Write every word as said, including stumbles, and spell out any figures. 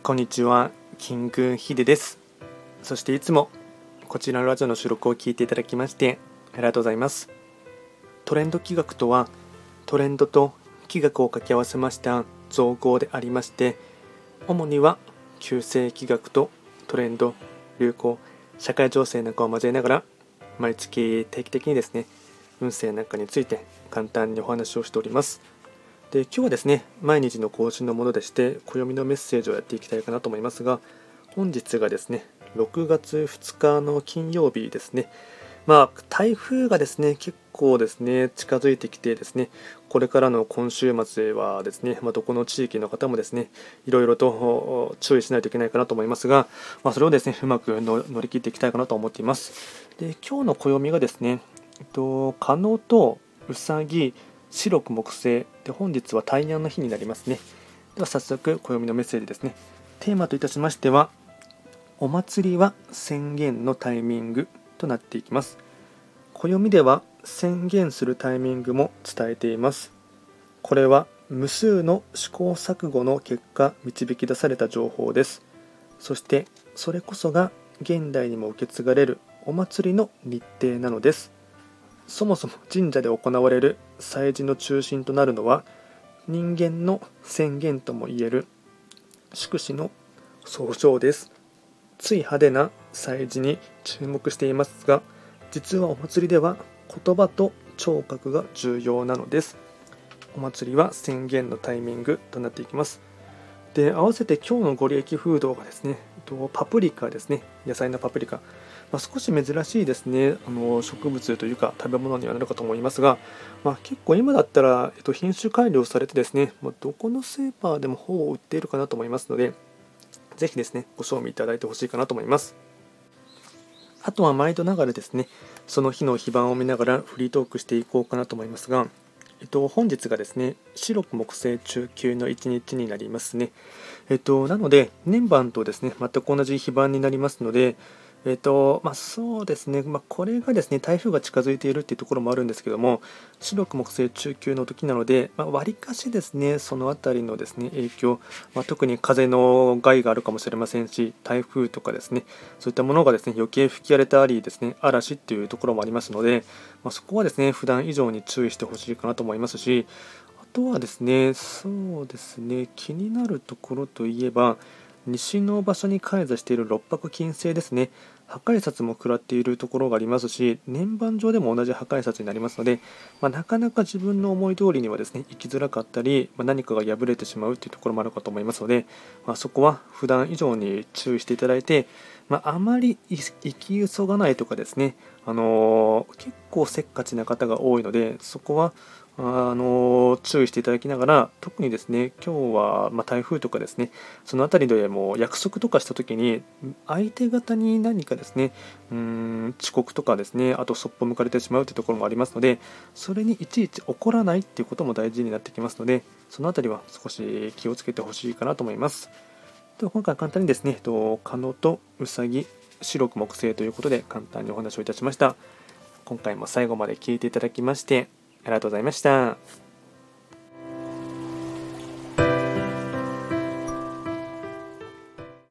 こんにちは、キングヒデです。そしていつもこちらのラジオの収録を聞いていただきましてありがとうございます。トレンド企画とは、トレンドと企画を掛け合わせました造語でありまして、主には旧世企画とトレンド、流行、社会情勢なんかを交えながら、毎月定期的にですね、運勢なんかについて簡単にお話をしております。で今日はですね、毎日の更新のものでして暦のメッセージをやっていきたいかなと思いますが、本日がですねろくがつふつかの金曜日ですね。まあ台風がですね結構ですね近づいてきてですね、これからの今週末はですね、まあ、どこの地域の方もですねいろいろと注意しないといけないかなと思いますが、まあ、それをですねうまくの乗り切っていきたいかなと思っています。で今日の暦がですね、えっと、カノとウサギ、白く木星で、本日は大安の日になりますね。では早速暦のメッセージですね。テーマといたしましては、お祭りは宣言のタイミングとなっていきます。暦では宣言するタイミングも伝えています。これは無数の試行錯誤の結果導き出された情報です。そしてそれこそが現代にも受け継がれるお祭りの日程なのです。そもそも神社で行われる祭事の中心となるのは、人間の宣言ともいえる祝詞の総称です。つい派手な祭事に注目していますが、実はお祭りでは言葉と聴覚が重要なのです。お祭りは宣言のタイミングとなっていきます。で合わせて今日のご利益フードがですね、パプリカですね。野菜のパプリカ、まあ、少し珍しいですね、あの植物というか食べ物にはなるかと思いますが、まあ、結構今だったら、えっと、品種改良されてですね、まあ、どこのスーパーでもほぼ売っているかなと思いますので、ぜひですねご賞味いただいてほしいかなと思います。あとは毎度ながらですね、その日の非番を見ながらフリートークしていこうかなと思いますが、えっと、本日がですね、白く木星中級のいちにちになりますね。えっと、なので、年番とですね、全く同じ非番になりますので、えっと、まあ、そうですね、まあ、これがですね、台風が近づいているっていうところもあるんですけども、白く木星中級の時なので、まあ、割かしですね、そのあたりのですね、影響、まあ、特に風の害があるかもしれませんし、台風とかですね、そういったものがですね、余計吹き荒れたりですね、嵐っていうところもありますので、まあ、そこはですね、普段以上に注意してほしいかなと思いますし、あとはですね、そうですね、気になるところといえば、西の場所に開座している六白金星ですね。破壊札も食らっているところがありますし、年番上でも同じ破壊札になりますので、まあ、なかなか自分の思い通りにはですね、行きづらかったり、まあ、何かが破れてしまうというところもあるかと思いますので、まあ、そこは普段以上に注意していただいて、まあ、あまり行き急がないとかですね、あのー、結構せっかちな方が多いので、そこはあの注意していただきながら、特にですね今日は、まあ、台風とかですね、そのあたりでも約束とかしたときに相手方に何かですねうーん遅刻とかですね、あとそっぽ向かれてしまうというところもありますので、それにいちいち怒らないっていうことも大事になってきますので、そのあたりは少し気をつけてほしいかなと思います。では今回簡単にですね、カノとウサギ、白く木星ということで簡単にお話をいたしました。今回も最後まで聞いていただきましてありがとうございました。